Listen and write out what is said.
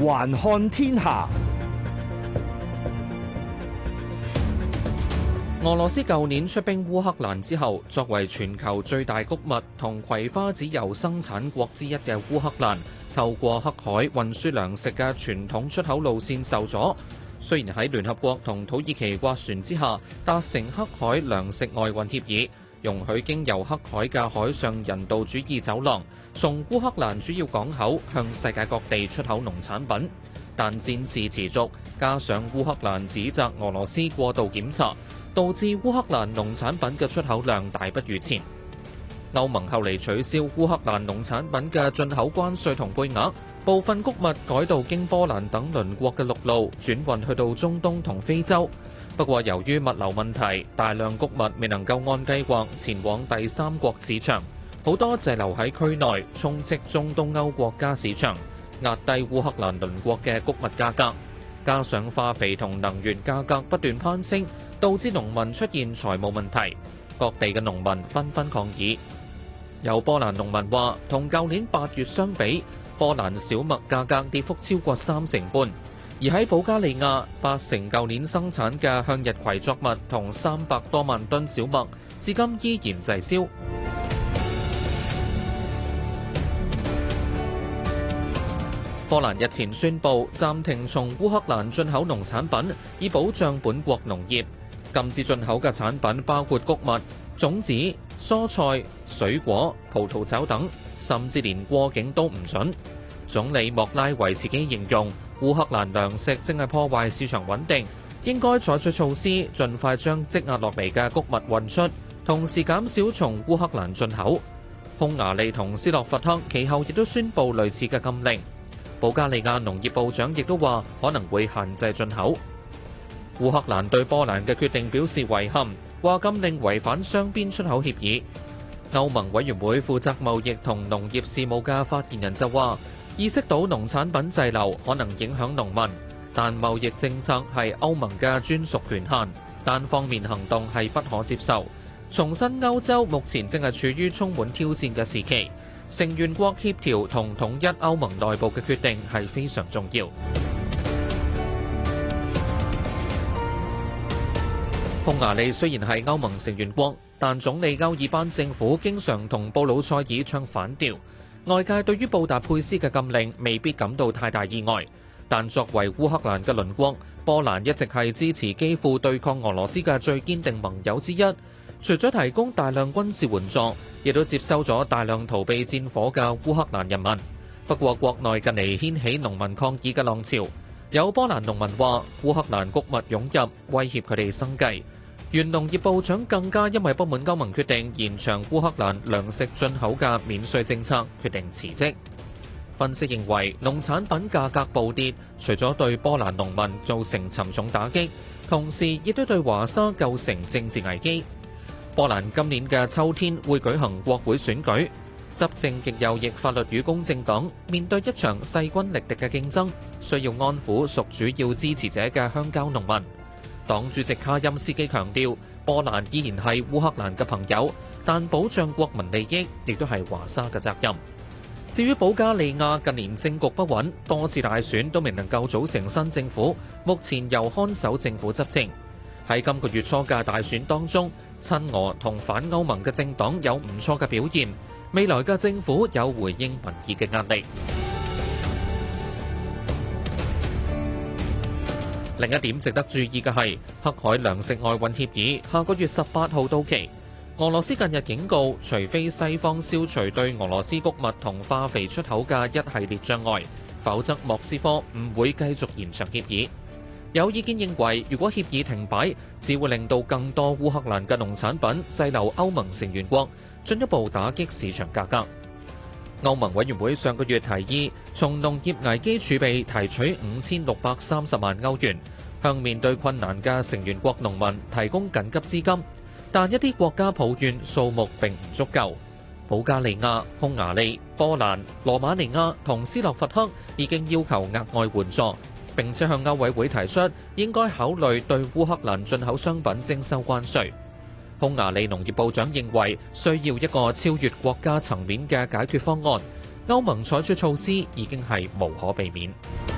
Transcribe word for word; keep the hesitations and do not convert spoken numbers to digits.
環看天下。 俄羅斯舊年出兵烏克蘭之後，作為全球最大穀物同葵花籽油生產國之一嘅烏克蘭，透過黑海運輸糧食嘅傳統出口路線受阻。雖然喺聯合國同土耳其斡旋之下達成黑海糧食外運協議，容許經由黑海嘅海上人道主義走廊從烏克蘭主要港口向世界各地出口農產品，但戰事持續，加上烏克蘭指責俄羅斯過度檢查，導致烏克蘭農產品嘅出口量大不如前。歐盟後嚟取消烏克蘭農產品嘅進口關稅同配額，部分穀物改道經波蘭等鄰國嘅陸路轉運去到中東同非洲。不過由於物流問題，大量穀物未能夠按計劃前往第三國市場，好多滯留喺區內，充斥中東歐國家市場，壓低烏克蘭鄰國嘅穀物價格。加上化肥同能源價格不斷攀升，導致農民出現財務問題，各地嘅農民紛紛抗議。有波蘭農民話，同舊年八月相比，波蘭小麥價格跌幅超過三成半，而喺保加利亞，八成舊年生產嘅向日葵作物同三百多萬噸小麥，至今依然滯銷。波蘭日前宣布暫停從烏克蘭進口農產品，以保障本國農業。禁止進口嘅產品包括穀物、種子、蔬菜、水果、葡萄酒等，甚至連過境都唔准。總理莫拉維茨基形容烏克蘭糧食正係破壞市場穩定，應該採取措施，盡快將積壓落嚟嘅穀物運出，同時減少從烏克蘭進口。匈牙利同斯洛伐克其後亦都宣布類似嘅禁令。保加利亞農業部長亦都話可能會限制進口。烏克蘭對波蘭嘅決定表示遺憾，話禁令違反雙邊出口協議。歐盟委員會負責貿易同農業事務嘅發言人就話，意識到農產品滯留可能影響農民，但貿易政策係歐盟嘅專屬權限，單方面行動係不可接受。重申歐洲目前正係處於充滿挑戰嘅時期，成員國協調同統一歐盟內部嘅決定係非常重要。匈牙利雖然係歐盟成員國，但總理歐爾班政府經常同布魯塞爾唱反調。外界對於布達佩斯嘅禁令未必感到太大意外，但作為烏克蘭嘅鄰國，波蘭一直係支持基輔對抗俄羅斯嘅最堅定盟友之一。除咗提供大量軍事援助，亦都接收咗大量逃避戰火嘅烏克蘭人民。不過國內近嚟掀起農民抗議嘅浪潮，有波蘭農民話烏克蘭穀物湧入，威脅佢哋生計。原農業部長更加因為不滿歐盟決定延長烏克蘭糧食進口嘅免稅政策，決定辭職。分析認為，農產品價格暴跌，除咗對波蘭農民造成沉重打擊，同時亦都對華沙構成政治危機。波蘭今年嘅秋天會舉行國會選舉，執政極右翼法律與公正黨面對一場勢均力敵嘅競爭，需要安撫屬主要支持者嘅鄉郊農民。黨主席卡欽斯基強調，波蘭依然係烏克蘭嘅朋友，但保障國民利益亦都係華沙嘅責任。至於保加利亞近年政局不穩，多次大選都未能夠組成新政府，目前由看守政府執政。喺今個月初嘅大選當中，親俄同反歐盟嘅政黨有唔錯嘅表現，未來嘅政府有回應民意嘅壓力。另一點值得注意嘅係，黑海糧食外運協議下個月十八號到期。俄羅斯近日警告，除非西方消除對俄羅斯穀物同化肥出口嘅一系列障礙，否則莫斯科唔會繼續延長協議。有意見認為，如果協議停擺，只會令到更多烏克蘭嘅農產品滯留歐盟成員國，進一步打擊市場價格。歐盟委員會上個月提議，從農業危機儲備提取五千六百三十萬歐元，向面對困難嘅成員國農民提供緊急資金，但一啲國家抱怨數目並唔足夠。保加利亞、匈牙利、波蘭、羅馬尼亞同斯洛伐克已經要求額外援助，並且向歐委會提出應該考慮對烏克蘭進口商品徵收關稅。匈牙利農業部長認為需要一個超越國家層面嘅解決方案，歐盟採取措施已經係無可避免。